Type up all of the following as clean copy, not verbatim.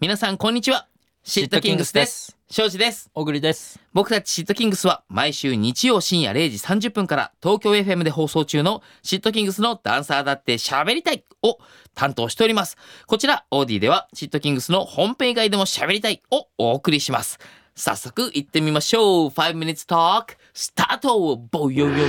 皆さんこんにちは。シットキングスです。庄司です。 小栗です。 僕たちシットキングスは毎週日曜深夜0時30分から東京 FM で放送中のシットキングスのダンサーだって喋りたいを担当しております。こちらオーディではシットキングスの本編以外でも喋りたいをお送りします。早速行ってみましょう。5 minutes talk スタート。ボヨヨヨヨヨ。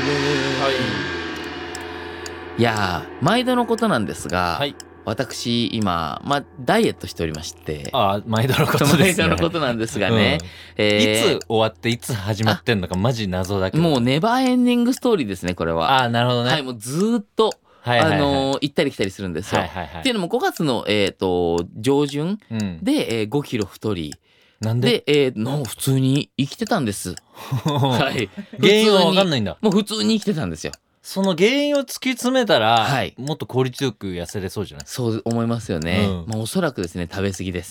いやー、毎度のことなんですが、 はい、 私今、ダイエットしておりまして。 毎度のことですね。 毎度のことなんですがね、 いつ終わっていつ始まってんのかマジ謎だけど、 もうネバーエンディングストーリーですね、これは。 なるほどね。 はい、もうずーっと行ったり来たりするんですよ。っていうのも5月の、上旬で、5キロ太り、 なんで普通に生きてたんです。はい。 原因は分かんないんだ。 もう普通に生きてたんですよ。 その原因を突き詰めたら、 はい、 もっと効率よく痩せれそうじゃない？ そう思いますよね。おそらくですね、食べ過ぎです。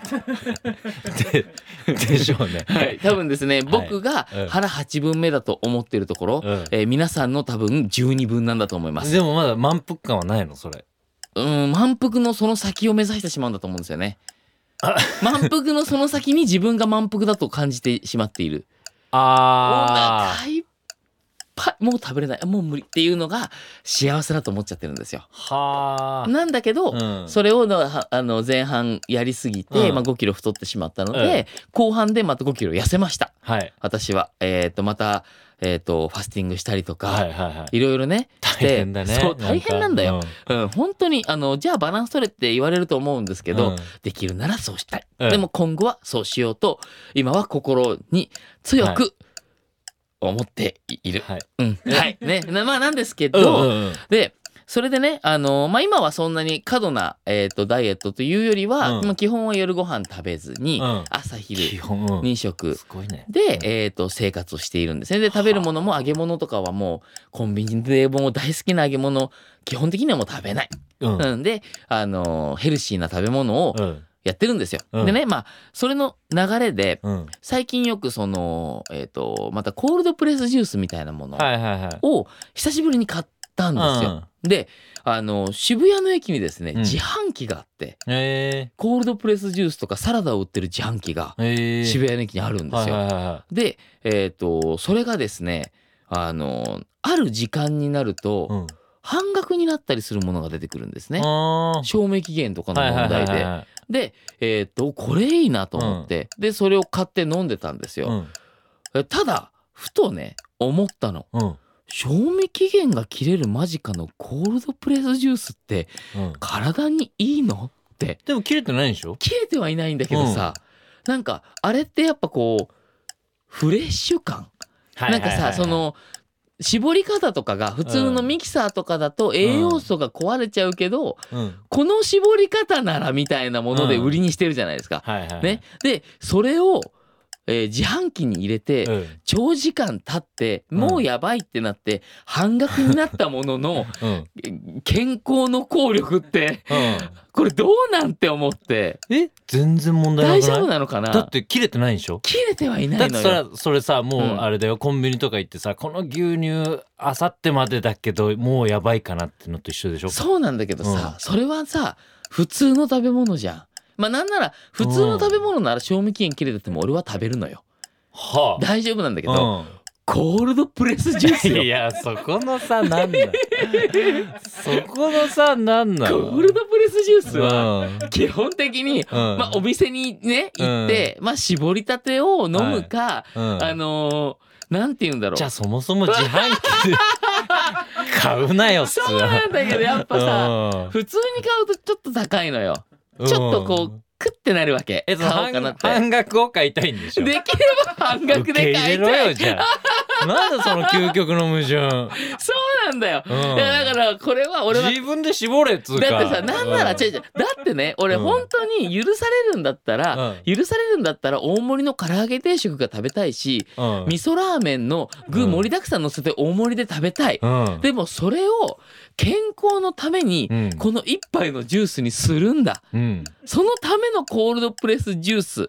でしょうね。 はい、多分ですね、僕が腹8分目だと思っているところ、皆さんの多分12分なんだと思います。 でもまだ満腹感はないのそれ？ 満腹のその先を目指してしまうんだと思うんですよね。満腹のその先に自分が満腹だと感じてしまっている。お腹いっぱい、もう食べれない、もう無理っていうのが幸せだと思っちゃってるんですよ。なんだけど、それを前半やりすぎて、5キロ太ってしまったので、後半でまた5キロ痩せました。私はまたファスティングしたりとか、いろいろね大変だね。 そう大変なんだよ。本当にじゃあバランス取れって言われると思うんですけど、できるならそうしたい。でも今後はそうしようと今は心に強く思っている。はいね、なんですけど、でそれでね、今はそんなに過度な、ダイエットというよりは、基本は夜ご飯食べずに、朝昼2食で、生活をしているんですね。で食べるものも揚げ物とかはもうコンビニでもう大好きな揚げ物基本的にはもう食べない。でヘルシーな食べ物をやってるんですよ。でね、それの流れで、最近よくそのまたコールドプレスジュースみたいなものを久しぶりに買ったんですよ。で渋谷の駅にですね、自販機があって、コールドプレスジュースとかサラダを売ってる自販機が渋谷の駅にあるんですよ。でそれがですねある時間になると、半額になったりするものが出てくるんですね。賞味期限とかの問題で。でこれいいなと思って、でそれを買って飲んでたんですよ。ただふとね思ったの。賞味期限が切れる間近のコールドプレスジュースって体にいいのって。 でも切れてないんでしょ？ 切れてはいないんだけどさ、なんかあれってやっぱこうフレッシュ感、なんかさ、その絞り方とかが普通のミキサーとかだと栄養素が壊れちゃうけど、この絞り方ならみたいなもので売りにしてるじゃないですか。ね、でそれを自販機に入れて、長時間経ってもうやばいってなって半額になったものの、健康の効力って、これどうなんて思って。 全然問題なくない？ 大丈夫なのかな？ だって切れてないんでしょ？ 切れてはいないのよ。 だってそれさ、もうあれだよ、コンビニとか行ってさ、この牛乳あさってまでだけどもうやばいかなってのと一緒でしょ？そうなんだけどさ、それはさ普通の食べ物じゃん。なんなら普通の食べ物なら賞味期限切れてても俺は食べるのよ。大丈夫なんだけど、コールドプレスジュースよ。 いやそこの差なんだそこの差なんだ。 コールドプレスジュースは基本的に、お店にね行って、絞りたてを飲むか、なんて言うんだろう。 じゃあそもそも自販機で買うなよ。 そうなんだけどやっぱさ、普通に買うとちょっと高いのよ。ちょっとこうクッてなるわけ。買おうかなって。 半額を買いたいんでしょ？ できれば半額で買いたい。 受け入れろよじゃあ。なんだその究極の矛盾。 そうなんだよ。だからこれは俺は自分で絞れっつうか。 だってさ、なんならだってね、俺本当に許されるんだったら、大盛りの唐揚げ定食が食べたいし、味噌ラーメンの具盛りだくさん乗せて大盛りで食べたい。でもそれを健康のためにこの一杯のジュースにするんだ。そのためのコールドプレスジュース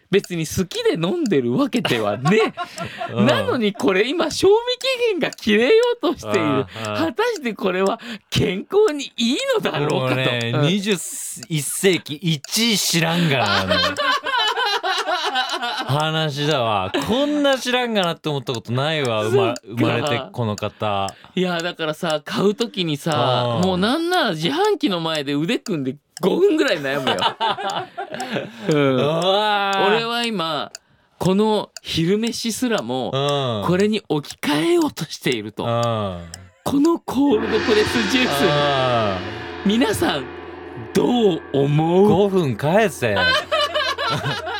別に好きで飲んでるわけではねなのにこれ今賞味期限が切れようとしている。果たしてこれは健康にいいのだろうかと。 ね、21世紀1位知らんがな話だわ。こんな知らんがなって思ったことないわ。生まれてこの方。 いやだからさ、買う時にさ、もうなんなら自販機の前で腕組んで5分ぐらい悩むよ、俺は今この昼飯すらもこれに置き換えようとしていると、このコールドプレスジュース皆さんどう思う？ 5分返せ